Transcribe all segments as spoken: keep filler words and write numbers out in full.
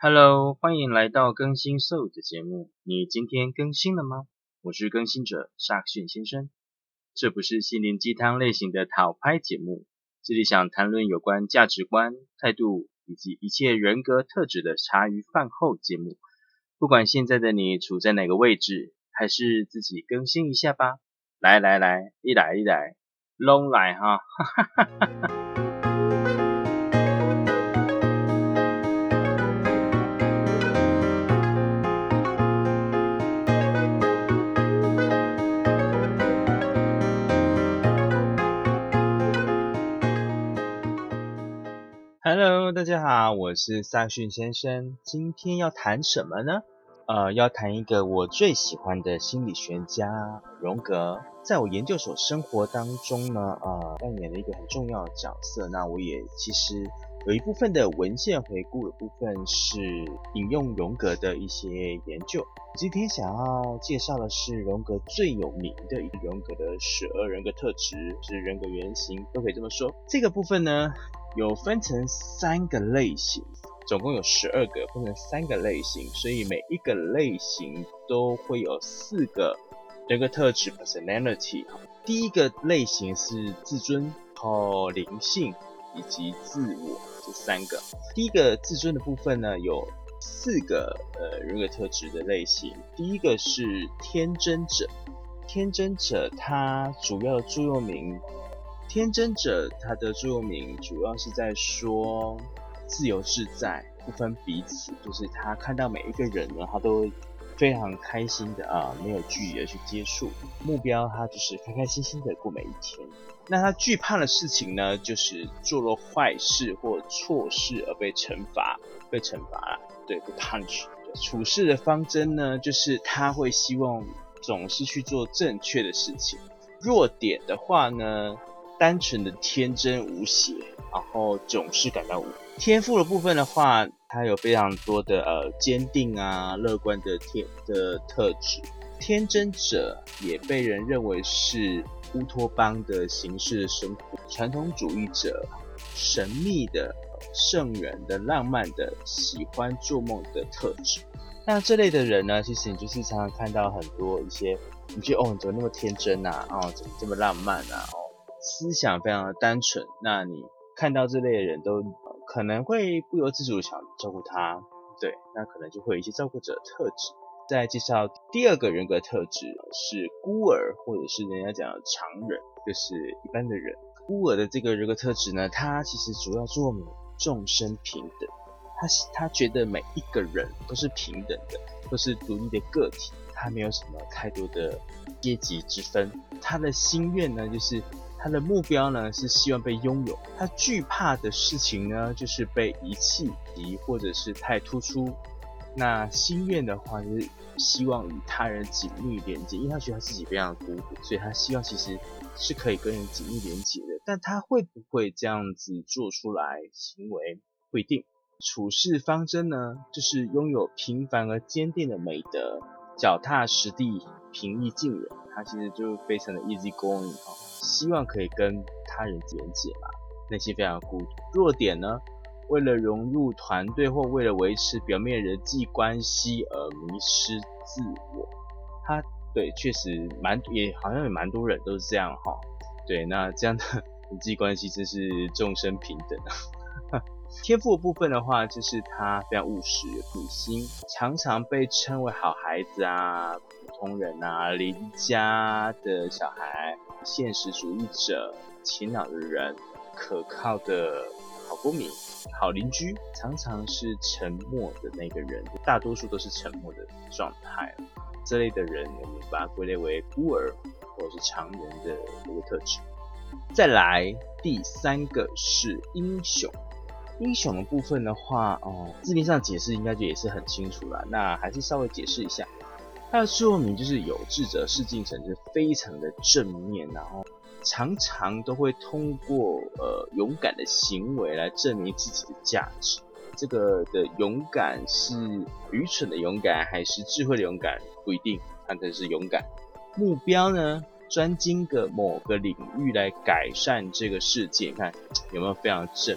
Hello，欢迎来到更新 So 的节目。你今天更新了吗？我是更新者萨克逊先生。这不是心灵鸡汤类型的讨拍节目，这里想谈论有关价值观、态度以及一切人格特质的茶余饭后节目。不管现在的你处在哪个位置，还是自己更新一下吧。来来来，一来一来，拢来哈，哈哈哈哈哈。Hello， 大家好，我是萨逊先生。今天要谈什么呢？呃，要谈一个我最喜欢的心理学家荣格。在我研究所生活当中呢，呃，扮演了一个很重要的角色。那我也其实有一部分的文献回顾的部分是引用荣格的一些研究。今天想要介绍的是荣格最有名的一个荣格的十二人格特质，是人格原型，都可以这么说。这个部分呢，有分成三个类型，总共有十二个，分成三个类型，所以每一个类型都会有四个人格特质 personality。 第一个类型是自尊，然后灵性以及自我，这三个。第一个自尊的部分呢，有四个呃人格特质的类型。第一个是天真者，天真者它主要的座右铭，天真者他的座右铭主要是在说自由自在，不分彼此，就是他看到每一个人呢，他都非常开心的啊，没有距离的去接触，目标他就是开开心心的过每一天。那他惧怕的事情呢，就是做了坏事或错事而被惩罚，被惩罚啦，对，被 punch。处事的方针呢，就是他会希望总是去做正确的事情。弱点的话呢，单纯的天真无邪，然后总是感到无。天赋的部分的话，它有非常多的呃坚定啊、乐观的天的特质。天真者也被人认为是乌托邦的形式的生活，传统主义者，神秘的、圣人的、浪漫的、喜欢做梦的特质。那这类的人呢，其实你就是常常看到很多一些，你觉得哦，你怎么那么天真啊？哦，怎么这么浪漫啊？哦，思想非常的单纯。那你看到这类的人都可能会不由自主想照顾他，对，那可能就会有一些照顾者的特质。再介绍第二个人格特质是孤儿，或者是人家讲的常人，就是一般的人。孤儿的这个人格特质呢，他其实主要做众生平等，他他觉得每一个人都是平等的，都是独立的个体，他没有什么太多的阶级之分。他的心愿呢，就是他的目标呢是希望被拥有。他惧怕的事情呢，就是被遗弃或者是太突出。那心愿的话，就是希望与他人紧密连接，因为他觉得他自己非常孤独，所以他希望其实是可以跟人紧密连接的。但他会不会这样子做出来行为，不一定。处事方针呢，就是拥有平凡而坚定的美德，脚踏实地，平易近人。他其实就非常的 easy going， 希望可以跟他人连接嘛，内心非常孤独。弱点呢，为了融入团队或为了维持表面人际关系而迷失自我。他对确实蛮也好像有蛮多人都是这样哈。对，那这样的人际关系真是众生平等啊。天赋的部分的话，就是他非常务实、有心，常常被称为好孩子啊、普通人啊、邻家的小孩、现实主义者、勤劳的人、可靠的好公民、好邻居，常常是沉默的那个人，大多数都是沉默的状态。这类的人，我们把它归类为孤儿或者是常人的一个特质。再来第三个是英雄。英雄的部分的话，哦，字面上解释应该就也是很清楚啦，那还是稍微解释一下。他的座右铭就是有志者事竟成，就是非常的正面，然后常常都会通过呃勇敢的行为来证明自己的价值。这个的勇敢是愚蠢的勇敢还是智慧的勇敢不一定，但它是勇敢。目标呢，专精个某个领域来改善这个世界，看有没有非常正面。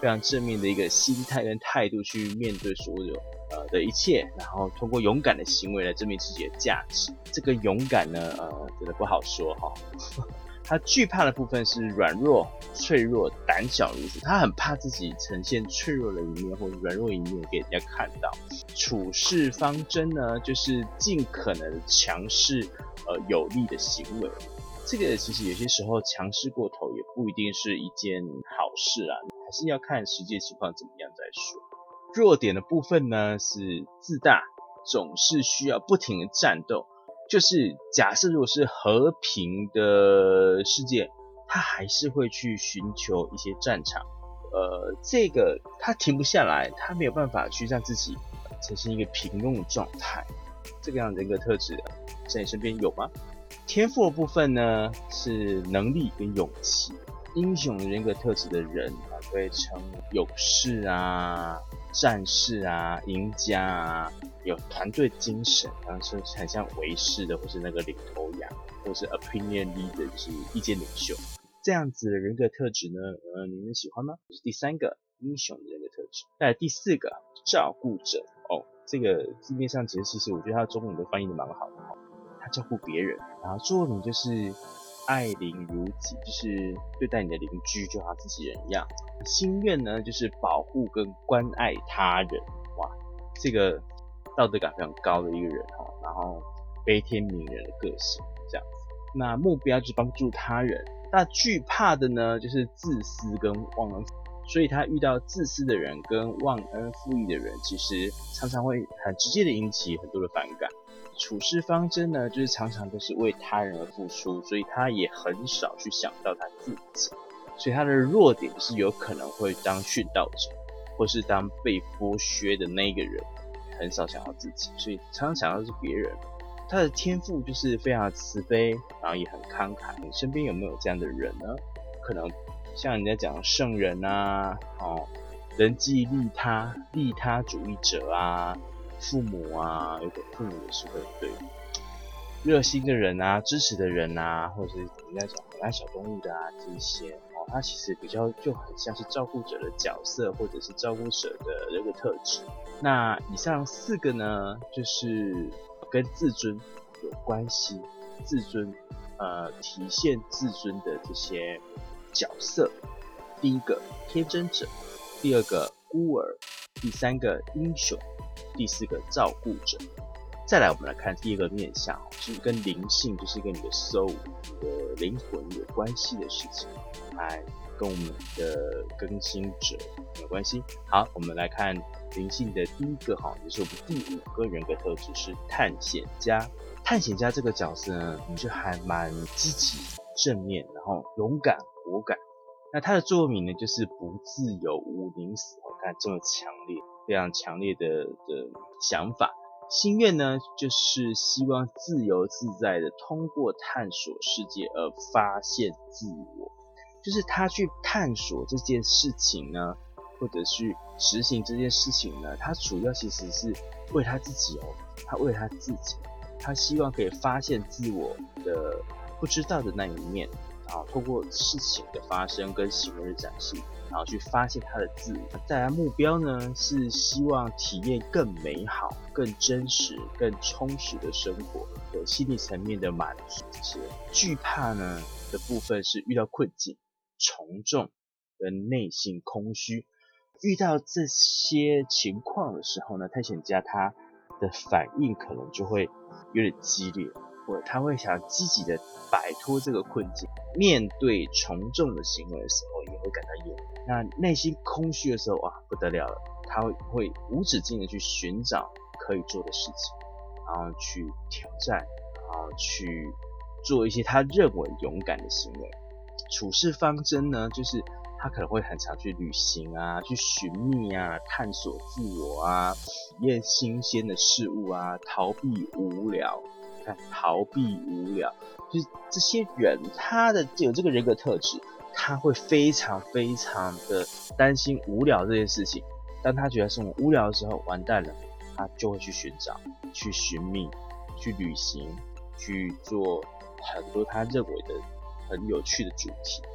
非常正面的一个心态跟态度去面对所有呃的一切，然后通过勇敢的行为来证明自己的价值。这个勇敢呢，呃，真的不好说哈。他惧怕的部分是软弱、脆弱、胆小如此，他很怕自己呈现脆弱的一面或者软弱的一面给人家看到。处事方针呢，就是尽可能强势、呃有力的行为。这个其实有些时候强势过头也不一定是一件好事啊，还是要看实际情况怎么样再说。弱点的部分呢是自大，总是需要不停的战斗。就是假设如果是和平的世界，他还是会去寻求一些战场。呃，这个他停不下来，他没有办法去让自己呈现一个平庸的状态。这个样的人格特质，在你身边有吗？天赋的部分呢是能力跟勇气。英雄的人格特质的人啊，被称勇士啊、战士啊、赢家啊，有团队精神，然后是很像维士的，或是那个领头羊，或是 opinion leader， 就是意见领袖。这样子的人格特质呢，呃，你们喜欢吗？这是第三个英雄的人格特质。再来第四个照顾者哦，这个字面上其实其实我觉得他中文都翻译的蛮好的哦，他照顾别人，然后作文就是爱邻如己，就是对待你的邻居就好自己人一样。心愿呢，就是保护跟关爱他人。哇，这个道德感非常高的一个人哦，然后悲天悯人的个性这样子。那目标就是帮助他人。那惧怕的呢，就是自私跟忘恩负义，所以他遇到自私的人跟忘恩负义的人，其实常常会很直接的引起很多的反感。处事方针呢，就是常常都是为他人而付出，所以他也很少去想到他自己。所以他的弱点是有可能会当殉道者，或是当被剥削的那个人，很少想到自己，所以常常想到的是别人。他的天赋就是非常的慈悲，然后也很慷慨。你身边有没有这样的人呢？可能像人家讲圣人啊，哦，人际利他、利他主义者啊，父母啊，有的父母也是会对热心的人啊、支持的人啊，或者是人家讲很爱小动物的啊，这些哦，他其实比较就很像是照顾者的角色，或者是照顾者的这个特质。那以上四个呢，就是跟自尊有关系，自尊呃体现自尊的这些角色。第一个天真者，第二个孤儿，第三个英雄，第四个照顾者。再来我们来看第二个面向，是跟灵性，就是跟你的 soul 你的灵魂有关系的事情，还跟我们的更新者有关系。好，我们来看灵性的第一个哈，也是我们第五个人格特质是探险家。探险家这个角色呢，你就还蛮积极、正面，然后勇敢、果敢。那他的座右铭呢，就是不自由毋宁死。我看这么强烈，非常强烈的的想法。心愿呢，就是希望自由自在的通过探索世界而发现自我。就是他去探索这件事情呢，或者去执行这件事情呢，他主要其实是为他自己哦，他为他自己，他希望可以发现自我的不知道的那一面，然后透过事情的发生跟行为的展示，然后去发现他的自我。再来目标呢，是希望体验更美好、更真实、更充实的生活，有心理层面的满足。这些惧怕呢的部分是遇到困境、从众跟内心空虚。遇到这些情况的时候呢，探险家他的反应可能就会有点激烈，或者他会想积极的摆脱这个困境。面对从众的行为的时候，也会感到厌恶。那内心空虚的时候啊，不得了了，他会会无止境的去寻找可以做的事情，然后去挑战，然后去做一些他认为勇敢的行为。处事方针呢，就是他可能会很常去旅行啊，去寻觅啊，探索自我啊，体验新鲜的事物啊，逃避无聊。看，逃避无聊，就是这些人他的有这个人格特质，他会非常非常的担心无聊这件事情。当他觉得生活无聊的时候，完蛋了，他就会去寻找、去寻觅、去旅行、去做很多他认为的很有趣的主题。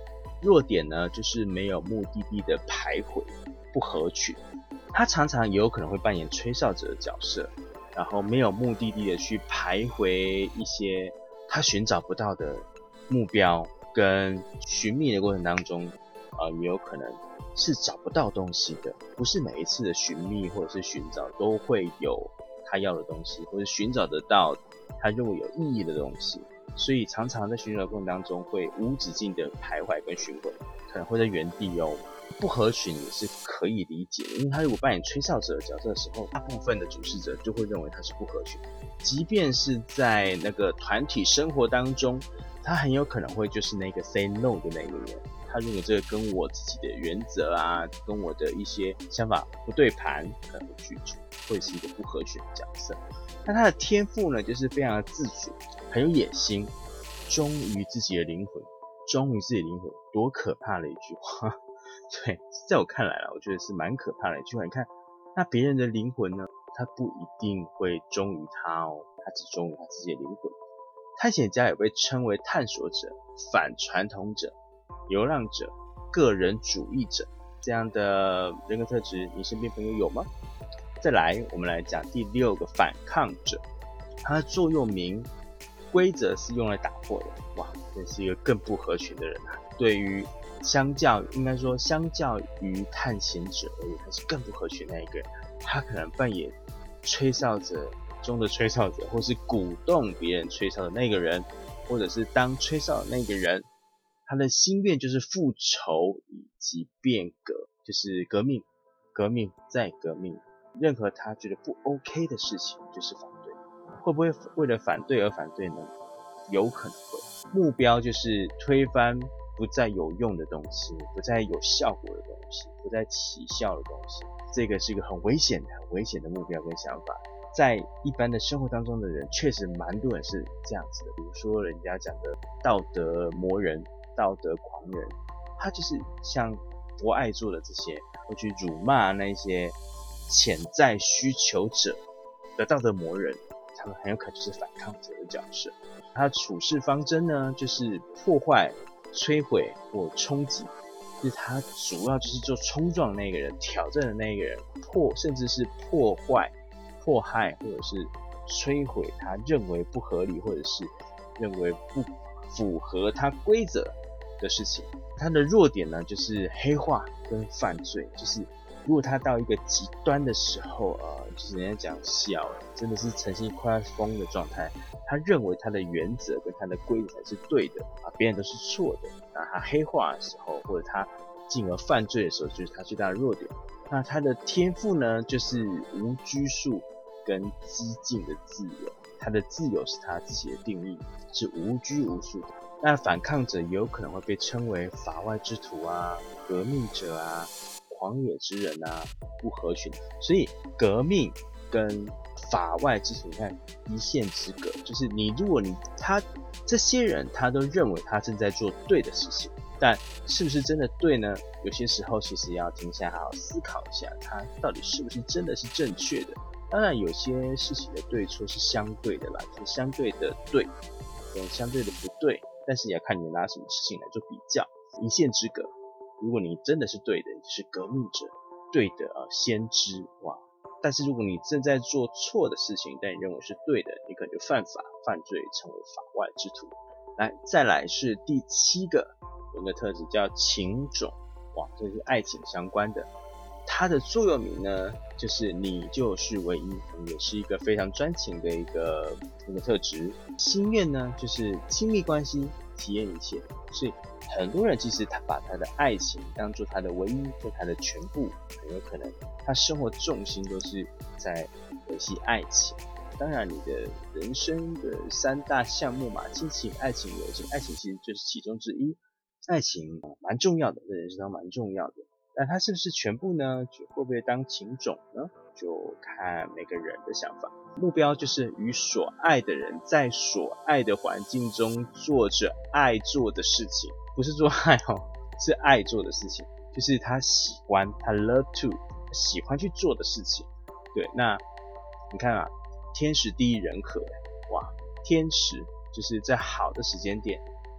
弱点呢就是没有目的地的徘徊，不合群。他常常也有可能会扮演吹哨者的角色，然后没有目的地的去徘徊一些他寻找不到的目标，跟寻觅的过程当中，呃，也有可能是找不到东西的。不是每一次的寻觅或者是寻找都会有他要的东西，或者寻找得到他认为有意义的东西，所以常常在寻找的过程当中会无止境的徘徊跟寻回，可能会在原地哦。不合群也是可以理解的，因为他如果扮演吹哨者的角色的时候，大部分的主事者就会认为他是不合群，即便是在那个团体生活当中，他很有可能会就是那个 say no 的那个人。他认为这个跟我自己的原则啊，跟我的一些想法不对盘，可能会拒绝，会是一个不合群的角色。那他的天赋呢，就是非常的自主，很有野心，忠于自己的灵魂，忠于自己的灵魂，多可怕的一句话！对，在我看来啦，我觉得是蛮可怕的一句话。你看，那别人的灵魂呢，他不一定会忠于他哦，他只忠于他自己的灵魂。探险家也被称为探索者、反传统者、流浪者、个人主义者，这样的人格特质，你身边朋友有吗？再来，我们来讲第六个反抗者，他的座右铭规则是用来打破的。哇，这是一个更不合群的人啊！对于相较应该说相较于探险者而言，他是更不合群的那一个人。他可能扮演吹哨者中的吹哨者，或是鼓动别人吹哨的那个人，或者是当吹哨的那个人。他的心愿就是复仇以及变革，就是革命，革命再革命。任何他觉得不 OK 的事情就是反对。会不会为了反对而反对呢？有可能会。目标就是推翻不再有用的东西，不再有效果的东西，不再起效的东西。这个是一个很危险的、很危险的目标跟想法。在一般的生活当中的人，确实蛮多人是这样子的。比如说人家讲的道德魔人、道德狂人，他就是像博爱做的这些，会去辱骂那些潜在需求者的道德魔人，他们很有可能就是反抗者的角色。他处事方针呢，就是破坏、摧毁或冲击，就是他主要就是做冲撞的那个人、挑战的那个人，破甚至是破坏、迫害或者是摧毁他认为不合理或者是认为不符合他规则的事情。他的弱点呢，就是黑化跟犯罪，就是如果他到一个极端的时候，呃，就是人家讲小了，真的是呈现快要疯的状态。他认为他的原则跟他的规则才是对的，啊，别人都是错的。那他黑化的时候，或者他进而犯罪的时候，就是他最大的弱点。那他的天赋呢，就是无拘束跟激进的自由。他的自由是他自己的定义，是无拘无束的。那反抗者也有可能会被称为法外之徒啊、革命者啊、狂野之人啊、不合群。所以革命跟法外之徒，你看一线之隔，就是你如果你他这些人他都认为他正在做对的事情，但是不是真的对呢？有些时候其实要停下好好思考一下，他到底是不是真的是正确的。当然有些事情的对错是相对的啦，就是相对的对跟相对的不对，但是也要看你拿什么事情来做比较。一线之隔，如果你真的是对的，你就是革命者，对的啊，先知哇。但是如果你正在做错的事情，但你认为是对的，你可能就犯法犯罪，成为法外之徒。来，再来是第七个人的特质，叫情种。哇，这是爱情相关的。它的座右铭呢，就是你就是唯一，也是一个非常专情的一个一个特质。心愿呢，就是亲密关系，体验一切。所以很多人其实他把他的爱情当作他的唯一或他的全部，很有可能他生活重心都是在维系爱情。当然，你的人生的三大项目嘛，亲情、爱情、友情，爱情其实就是其中之一。爱情蛮重要的，在人生上蛮重要的。但它是不是全部呢？就会不会当情种呢？就看每个人的想法。目标就是与所爱的人在所爱的环境中做着爱做的事情，不是做爱哦，是爱做的事情，就是他喜欢，他 love to 喜欢去做的事情。对，那你看啊，天时地利人和，哇，天时就是在好的时间点，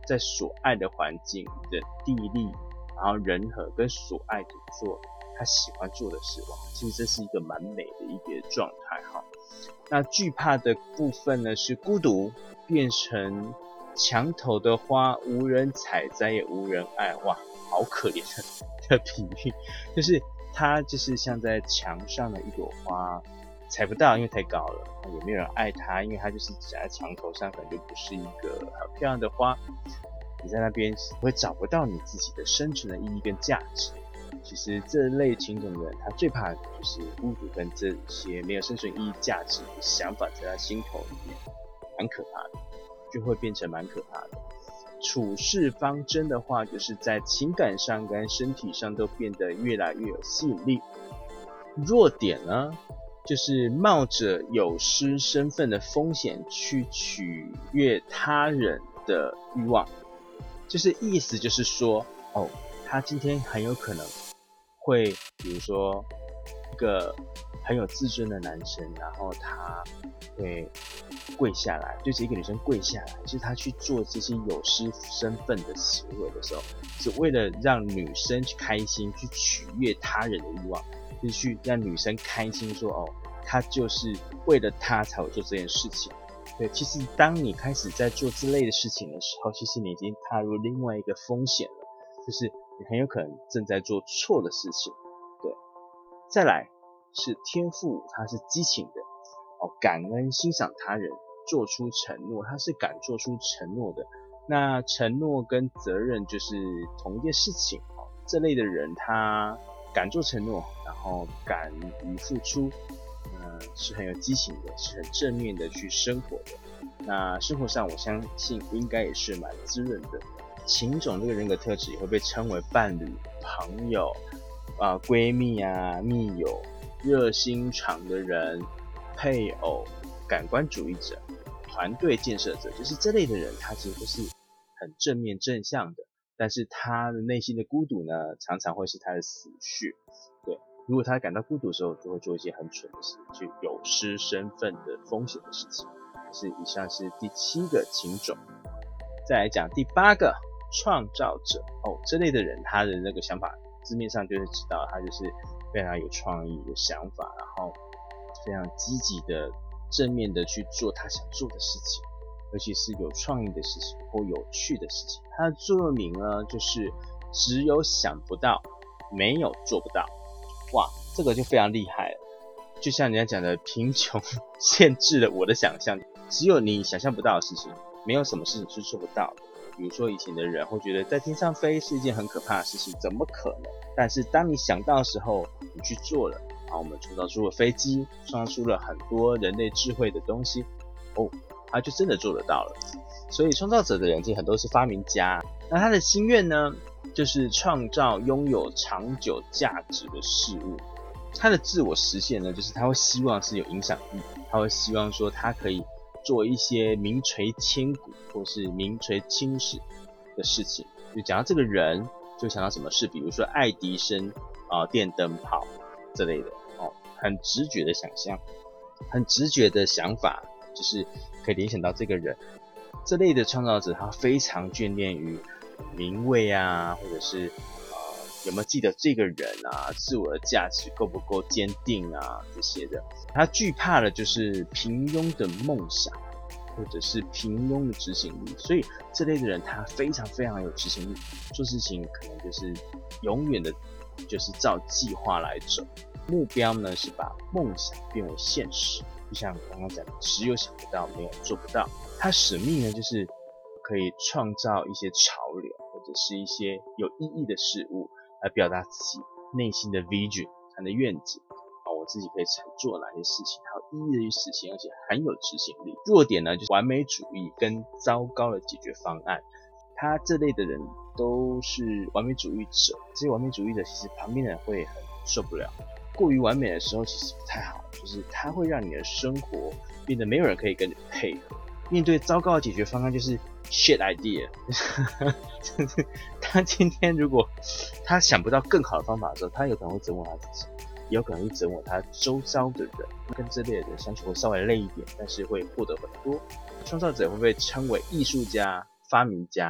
在所爱的环境的地利，然后人和跟所爱的做他喜欢做的事，哇，其实这是一个蛮美的一个状态哈。那惧怕的部分呢，是孤独变成墙头的花，无人采摘也无人爱，哇，好可怜的比喻，就是他就是像在墙上的一朵花，采不到，因为太高了，也没有人爱他，因为他就是长在墙头上，可能就不是一个很漂亮的花。你在那边会找不到你自己的生存的意义跟价值。其实这类情种的人，他最怕的就是孤独跟这些没有生存意义、价值的想法在他心头里面，蛮可怕的，就会变成蛮可怕的。处事方针的话，就是在情感上跟身体上都变得越来越有吸引力。弱点呢，就是冒着有失身份的风险去取悦他人的欲望，就是意思就是说，哦，他今天很有可能会，比如说一个很有自尊的男生，然后他会跪下来，对着一个女生跪下来，就是他去做这些有失身份的行为的时候，是为了让女生去开心，去取悦他人的欲望，就是去让女生开心说，哦，他就是为了他才会做这件事情。对，其实当你开始在做这类的事情的时候，其实你已经踏入另外一个风险了，就是你很有可能正在做错的事情。对，再来是天赋，它是激情的哦，感恩欣赏他人，做出承诺，他是敢做出承诺的。那承诺跟责任就是同一件事情哦，这类的人他敢做承诺，然后敢于付出。呃，是很有激情的，是很正面的去生活的。那生活上，我相信应该也是蛮滋润的。情种这个人格特质也会被称为伴侣、朋友、啊、呃、闺蜜啊、密友、热心肠的人、配偶、感官主义者、团队建设者，就是这类的人，他其实都是很正面正向的。但是他的内心的孤独呢，常常会是他的死穴。对。如果他感到孤独的时候，就会做一些很蠢的事，就有失身份的风险的事情。是以上是第七个情种。再来讲第八个创造者哦，这类的人他的那个想法字面上就是知道他就是非常有创意、有想法，然后非常积极的、正面的去做他想做的事情，尤其是有创意的事情或有趣的事情。他的座右铭呢，就是只有想不到，没有做不到。哇，这个就非常厉害了，就像人家讲的，贫穷限制了我的想象，只有你想象不到的事情，没有什么事情是做不到的。比如说以前的人会觉得在天上飞是一件很可怕的事情，怎么可能？但是当你想到的时候，你去做了，然后我们创造出了飞机，创造出了很多人类智慧的东西，哦，他就真的做得到了。所以创造者的人其实很多是发明家，那他的心愿呢，就是创造拥有长久价值的事物。他的自我实现呢，就是他会希望是有影响力，他会希望说他可以做一些名垂千古或是名垂青史的事情。就讲到这个人，就想到什么事，比如说爱迪生啊、呃、电灯泡这类的哦，很直觉的想象，很直觉的想法，就是可以联想到这个人。这类的创造者，他非常眷恋于名位啊，或者是呃有没有记得这个人啊，自我的价值够不够坚定啊这些的。他惧怕的就是平庸的梦想，或者是平庸的执行力。所以这类的人，他非常非常有执行力，做事情可能就是永远的，就是照计划来走。目标呢是把梦想变为现实。就像刚刚讲的，只有想不到，没有做不到。他使命呢，就是可以创造一些潮流，或者是一些有意义的事物，来表达自己内心的 vision， 他的愿景。啊，我自己可以做哪些事情，还有意义的去实现，而且很有执行力。弱点呢，就是完美主义跟糟糕的解决方案。他这类的人都是完美主义者，这些完美主义者其实旁边的人会很受不了。过于完美的时候其实不太好，就是它会让你的生活变得没有人可以跟你配合。面对糟糕的解决方案，就是 shit idea 就是他今天如果他想不到更好的方法的时候，他有可能会折磨他自己，也有可能会折磨他周遭的人。跟这类的人相处会稍微累一点，但是会获得很多。创造者会被称为艺术家、发明家、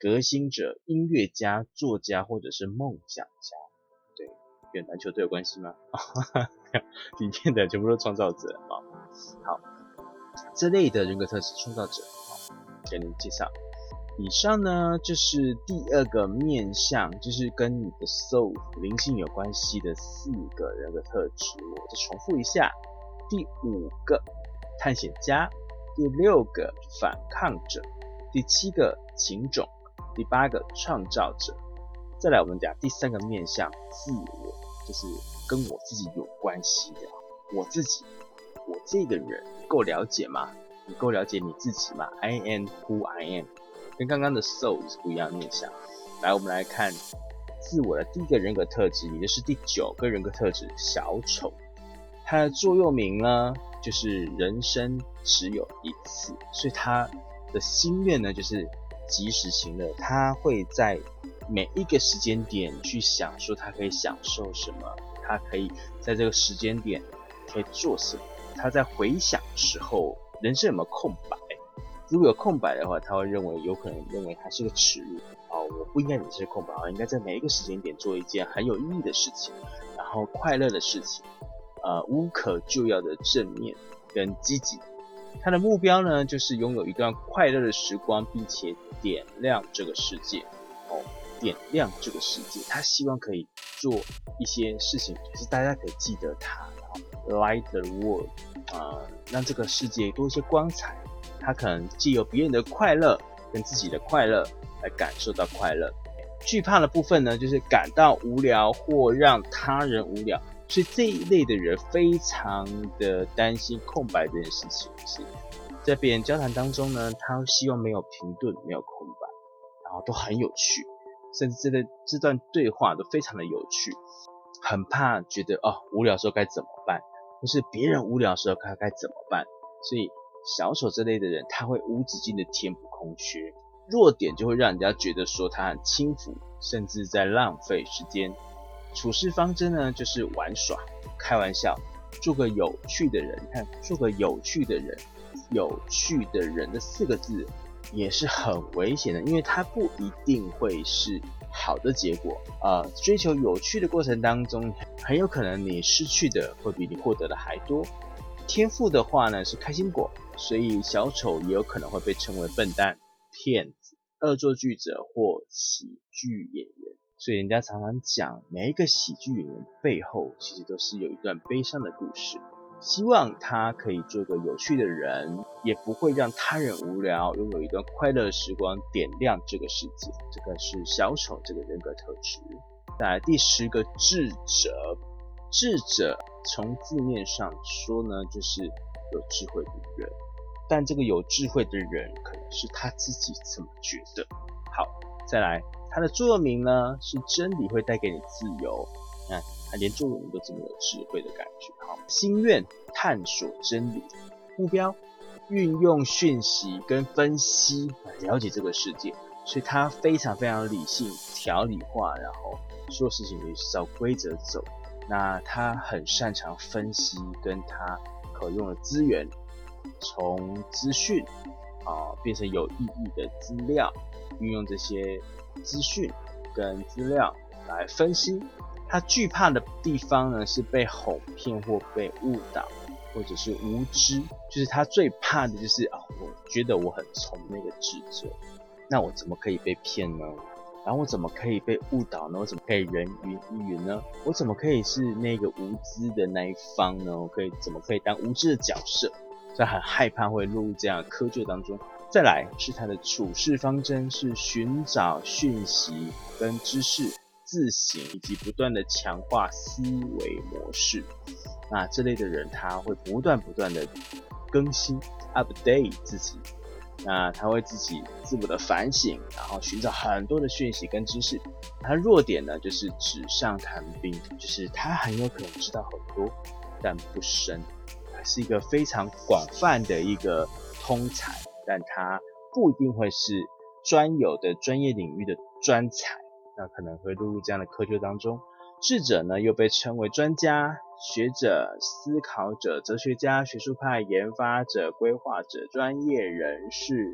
革新者、音乐家、作家或者是梦想家。对，跟篮球队有关系吗？里面的全部都创造者啊。好，这类的人格特质创造者，好，给您介绍。以上呢，就是第二个面向，就是跟你的 soul 灵性有关系的四个人格特质。我再重复一下：第五个探险家，第六个反抗者，第七个情种，第八个创造者。再来，我们讲第三个面向，自我，就是跟我自己有关系的。我自己，我这个人够了解吗？你够了解你自己吗 ？I am who I am。跟刚刚的 soul 是不一样的面向。来，我们来看自我的第一个人格特质，也就是第九个人格特质——小丑。它的座右铭呢，就是人生只有一次，所以他的心愿呢，就是及时行乐。他会在每一个时间点去想说他可以享受什么，他可以在这个时间点可以做什么。他在回想的时候，人生有没有空白？如果有空白的话，他会认为有可能认为它是个耻辱哦，我不应该有这些空白，我应该在每一个时间点做一件很有意义的事情，然后快乐的事情，呃，无可救药的正面跟积极。他的目标呢，就是拥有一段快乐的时光，并且点亮这个世界哦，点亮这个世界。他希望可以做一些事情，就是大家可以记得他，然后 light the world 啊、呃，让这个世界多一些光彩。他可能藉由别人的快乐跟自己的快乐来感受到快乐。惧怕的部分呢，就是感到无聊或让他人无聊，所以这一类的人非常的担心空白这件事情。是在别人交谈当中呢，他希望没有停顿，没有空白，然后都很有趣，甚至这个这段对话都非常的有趣。很怕觉得哦无聊的时候该怎么办，或是别人无聊的时候该该怎么办，所以小丑这类的人，他会无止境的填补空缺，弱点就会让人家觉得说他很轻浮，甚至在浪费时间。处事方针呢，就是玩耍、开玩笑，做个有趣的人。看，做个有趣的人，有趣的人的四个字也是很危险的，因为它不一定会是好的结果。呃，追求有趣的过程当中，很有可能你失去的会比你获得的还多。天赋的话呢是开心果，所以小丑也有可能会被称为笨蛋、骗子、恶作剧者或喜剧演员。所以人家常常讲，每一个喜剧演员背后其实都是有一段悲伤的故事。希望他可以做个有趣的人，也不会让他人无聊，拥有一段快乐的时光，点亮这个世界。这个是小丑这个人格特质。再来第十个智者，智者从字面上说呢，就是有智慧的人，但这个有智慧的人可能是他自己这么觉得。好，再来，他的座右铭呢是真理会带给你自由。看，他连座右铭都这么有智慧的感觉。好，心愿探索真理，目标运用讯息跟分析来了解这个世界，所以他非常非常理性、条理化，然后所有事情也是照规则走。那他很擅长分析，跟他可用的资源，从资讯啊变成有意义的资料，运用这些资讯跟资料来分析。他惧怕的地方呢，是被哄骗或被误导，或者是无知。就是他最怕的就是啊，我觉得我很聪明那个智者，那我怎么可以被骗呢？然后我怎么可以被误导呢？我怎么可以人云亦云呢？我怎么可以是那个无知的那一方呢？我可以怎么可以当无知的角色？所以很害怕会落入这样的窠臼当中。再来是他的处事方针是寻找讯息跟知识、自省以及不断的强化思维模式。那这类的人他会不断不断的更新 update 自己。那他会自己自我的反省，然后寻找很多的讯息跟知识。他弱点呢，就是纸上谈兵，就是他很有可能知道很多，但不深。他是一个非常广泛的一个通才，但他不一定会是专有的专业领域的专才，那可能会落入这样的窠臼当中。智者呢，又被称为专家、学者、思考者、哲学家、学术派、研发者、规划者、专业人士、导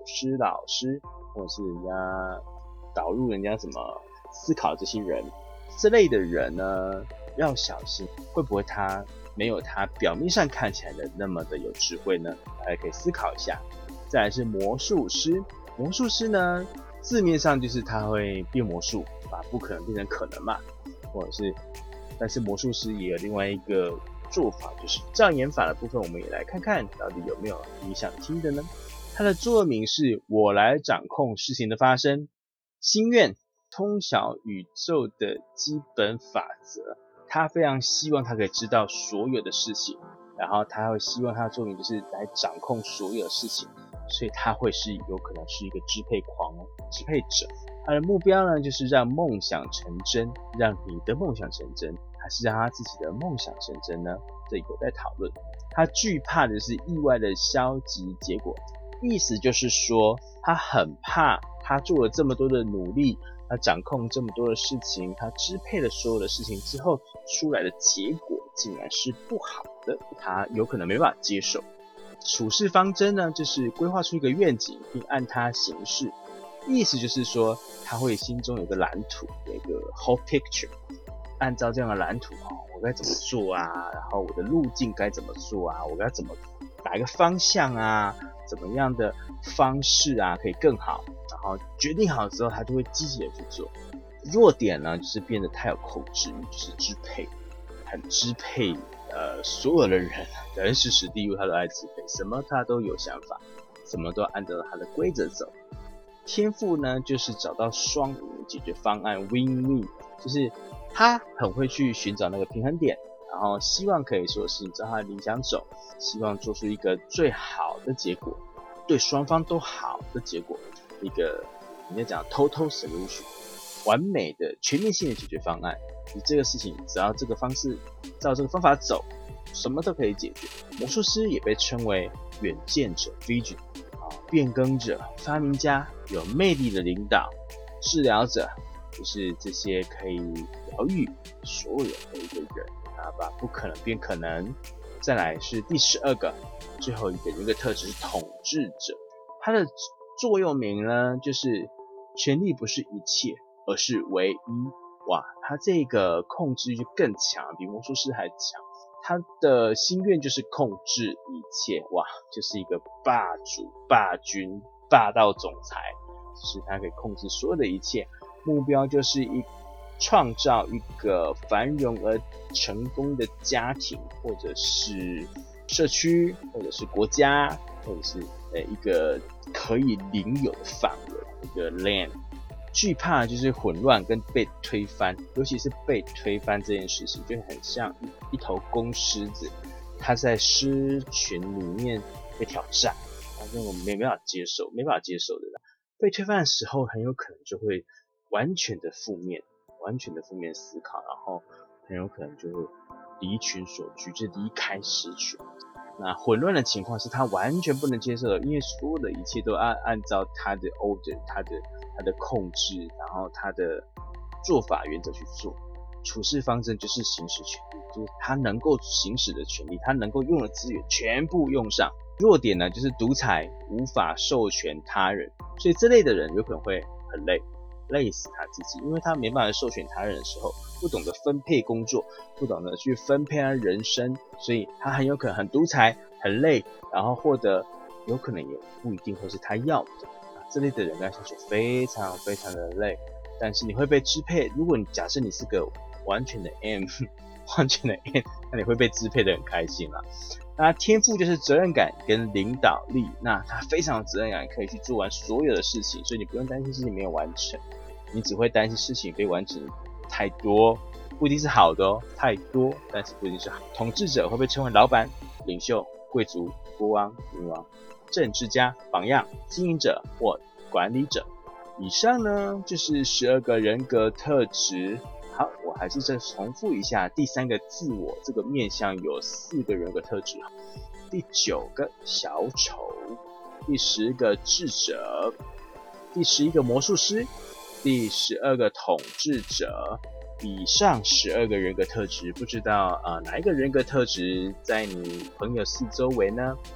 师、老师，或者是人家导入人家什么思考这些人，这类的人呢，要小心会不会他没有他表面上看起来的那么的有智慧呢？大家可以思考一下。再来是魔术师，魔术师呢，字面上就是他会变魔术，把不可能变成可能嘛，或者是，但是魔术师也有另外一个做法，就是障眼法的部分，我们也来看看到底有没有你想听的呢？它的座右铭是我来掌控事情的发生，心愿通晓宇宙的基本法则，他非常希望他可以知道所有的事情，然后他会希望他的座右铭就是来掌控所有的事情，所以他会是有可能是一个支配狂、支配者。他的目标呢，就是让梦想成真，让你的梦想成真，还是让他自己的梦想成真呢？这有待讨论。他惧怕的是意外的消极结果，意思就是说，他很怕他做了这么多的努力，他掌控这么多的事情，他支配了所有的事情之后，出来的结果竟然是不好的，他有可能没办法接受。处事方针呢，就是规划出一个愿景，并按它行事。意思就是说，他会心中有个蓝图，有一个 whole picture， 按照这样的蓝图啊，我该怎么做啊？然后我的路径该怎么做啊？我该怎么打一个方向啊？怎么样的方式啊可以更好？然后决定好之后，他就会积极的去做。弱点呢，就是变得太有控制欲，就是支配，很支配呃所有的人，人事时地物他都爱支配，什么他都有想法，什么都按照他的规则走。天赋呢，就是找到双赢解决方案 ，win-win， 就是他很会去寻找那个平衡点，然后希望可以说是照他的理想走，希望做出一个最好的结果，对双方都好的结果，一个人家讲 total solution， 完美的全面性的解决方案。你这个事情只要这个方式照这个方法走，什么都可以解决。魔术师也被称为远见者 vision。变更者、发明家、有魅力的领导、治疗者，就是这些可以疗愈所有人的一个人啊，把不可能变可能。再来是第十二个，最后一个人格特质是统治者，他的座右铭呢，就是权力不是一切，而是唯一。哇，他这个控制就更强，比魔术师还强。他的心愿就是控制一切，哇，就是一个霸主、霸君、霸道总裁，就是他可以控制所有的一切。目标就是一创造一个繁荣而成功的家庭，或者是社区，或者是国家，或者是呃一个可以领有的范围，一个 land。惧怕就是混乱跟被推翻，尤其是被推翻这件事情，就很像 一, 一头公狮子，它在狮群里面被挑战，反正我们没办法接受，没办法接受的。被推翻的时候，很有可能就会完全的负面，完全的负面思考，然后很有可能就会离群所居，就离开狮群。那混乱的情况是他完全不能接受的，因为所有的一切都按按照他的 order， 他的他的控制，然后他的做法原则去做。处事方针就是行使权利，就是他能够行使的权利，他能够用的资源全部用上。弱点呢，就是独裁，无法授权他人，所以这类的人有可能会很累，累死他自己，因为他没办法授权他人的时候，不懂得分配工作，不懂得去分配他人生，所以他很有可能很独裁，很累，然后获得有可能也不一定会是他要的。这类的人跟他相处非常非常的累，但是你会被支配。如果你假设你是个完全的 M， 完全的 M， 那你会被支配的很开心啦。那天赋就是责任感跟领导力，那他非常有责任感，可以去做完所有的事情，所以你不用担心事情没有完成，你只会担心事情被完成太多，不一定是好的哦，太多，但是不一定是好。统治者会被称为老板、领袖、贵族、国王、女王、政治家、榜样、经营者或管理者。以上呢就是十二个人格特质。好，我还是再重复一下，第三个自我这个面向有四个人格特质，第九个小丑，第十个智者，第十一个魔术师，第十二个统治者。以上十二个人格特质，不知道、呃、哪一个人格特质在你朋友四周围呢？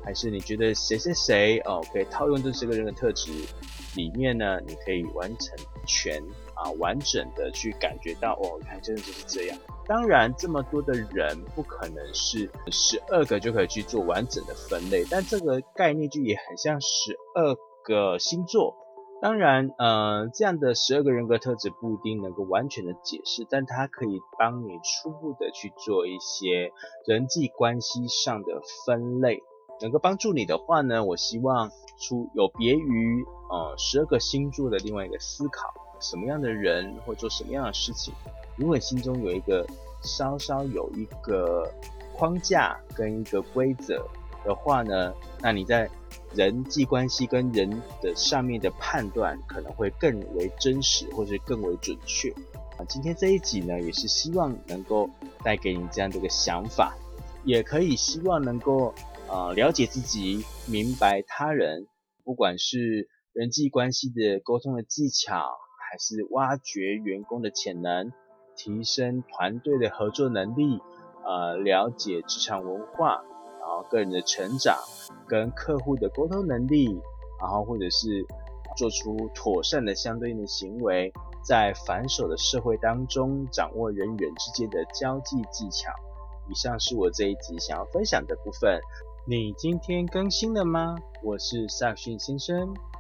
还是你觉得谁谁谁哦可以套用这十个人格特质里面呢，你可以完成全啊完整的去感觉到哦，你看真的就是这样。当然这么多的人不可能是十二个就可以去做完整的分类，但这个概念就也很像十二个星座。当然呃这样的十二个人格特质不一定能够完全的解释，但它可以帮你初步的去做一些人际关系上的分类。能够帮助你的话呢，我希望出有别于呃十二个星座的另外一个思考，什么样的人会做什么样的事情。如果你心中有一个稍稍有一个框架跟一个规则的话呢，那你在人际关系跟人的上面的判断可能会更为真实，或是更为准确。啊，今天这一集呢，也是希望能够带给你这样的一个想法，也可以希望能够呃了解自己，明白他人，不管是人际关系的沟通的技巧，还是挖掘员工的潜能，提升团队的合作能力，呃，了解职场文化，然后个人的成长，跟客户的沟通能力，然后或者是做出妥善的相对应的行为，在繁琐的社会当中掌握人与人之间的交际技巧。以上是我这一集想要分享的部分。你今天更新了吗？我是萨逊先生，